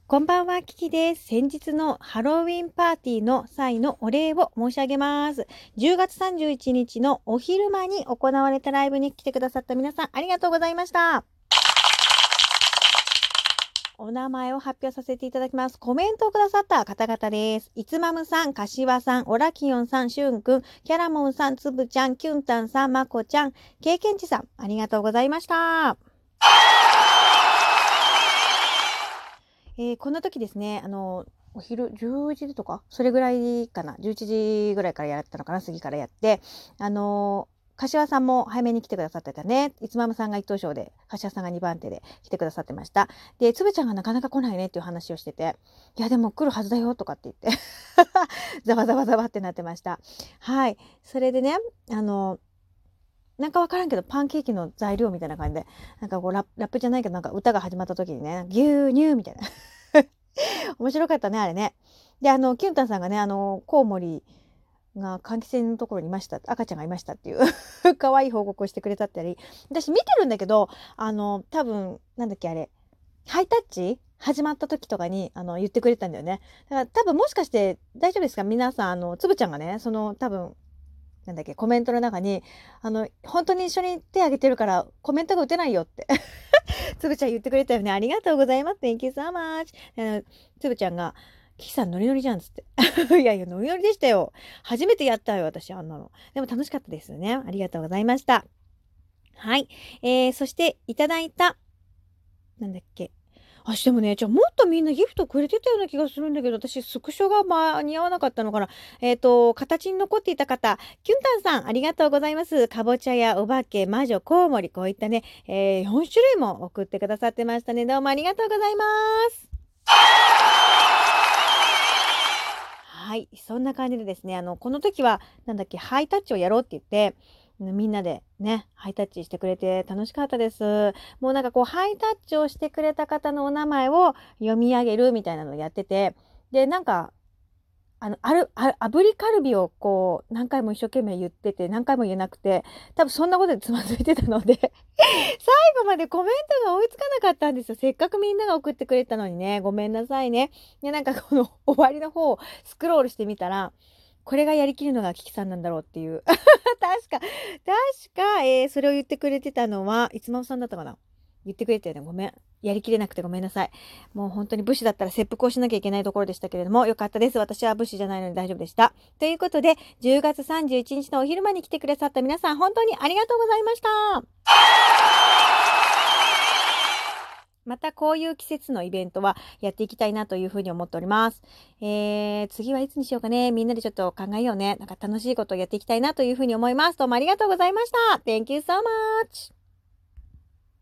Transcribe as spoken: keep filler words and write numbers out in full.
こんばんは、キキです。先日のハロウィンパーティーの際のお礼を申し上げます。じゅうがつさんじゅういちにちのお昼間に行われたライブに来てくださった皆さん、ありがとうございました。お名前を発表させていただきます。コメントをくださった方々です。いつまむさん、かしわさん、オラキヨンさん、しゅんくん、キャラモンさん、つぶちゃん、キュンタンさん、まこちゃん、経験値さん、ありがとうございました。えー、この時ですね、あの、お昼じゅうじとか、それぐらいかな、じゅういちじぐらいからやったのかな、過ぎからやって、あの、柏さんも早めに来てくださってたね。いつまむさんが一等賞で、柏さんがにばん手で来てくださってました。で、つぶちゃんがなかなか来ないねっていう話をしてて、いや、でも来るはずだよとかって言って、ざわざわざわってなってました。はい。それでね、あの、なんかわからんけど、パンケーキの材料みたいな感じで、なんかこうラップ、ラップじゃないけど、なんか歌が始まった時にね、牛乳みたいな。面白かったね、あれね。で、あの、キュンタンさんがね、あの、コウモリが換気扇のところにいました、赤ちゃんがいましたっていう可愛い報告をしてくれたったり、私見てるんだけど、あの、多分、なんだっけあれ、ハイタッチ始まった時とかに、あの、言ってくれたんだよね。だから多分もしかして大丈夫ですか皆さん、あの、つぶちゃんがね、その多分、なんだっけ、コメントの中に、あの、本当に一緒に手挙げてるからコメントが打てないよってつぶちゃん言ってくれたよね。ありがとうございます。Thank you so much. あのつぶちゃんが、キキさんノリノリじゃんっつって。いやいや、ノリノリでしたよ。初めてやったよ、私、あんなの。でも楽しかったですよね。ありがとうございました。はい。えー、そして、いただいた、なんだっけ。あ、でもね、じゃあもっとみんなギフトくれてたような気がするんだけど、私、スクショが間に合わなかったのかな。えっ、と、形に残っていた方、キュンタンさん、ありがとうございます。かぼちゃやお化け、魔女、コウモリ、こういったね、えー、よん種類も送ってくださってましたね。どうもありがとうございます。はい、そんな感じでですね、あの、この時は、なんだっけ、ハイタッチをやろうって言って、みんなでね、ハイタッチしてくれて楽しかったです。もうなんかこう、ハイタッチをしてくれた方のお名前を読み上げるみたいなのをやってて、で、なんか、あの、ある、あ炙りカルビをこう、何回も一生懸命言ってて、何回も言えなくて、多分そんなことでつまずいてたので最後までコメントが追いつかなかったんですよ。せっかくみんなが送ってくれたのにね、ごめんなさいね。で、なんかこの終わりの方をスクロールしてみたら、これがやりきるのがキキさんなんだろうっていう。確か、確か、えー、それを言ってくれてたのは、いつまおさんだったかな。言ってくれてね、ごめん。やりきれなくてごめんなさい。もう本当に武士だったら切腹をしなきゃいけないところでしたけれども、よかったです。私は武士じゃないので大丈夫でした。ということで、じゅうがつさんじゅういちにちのお昼間に来てくださった皆さん、本当にありがとうございました。またこういう季節のイベントはやっていきたいなというふうに思っております。えー、次はいつにしようかね。みんなでちょっと考えようね。なんか楽しいことをやっていきたいなというふうに思います。どうもありがとうございました。Thank you so much.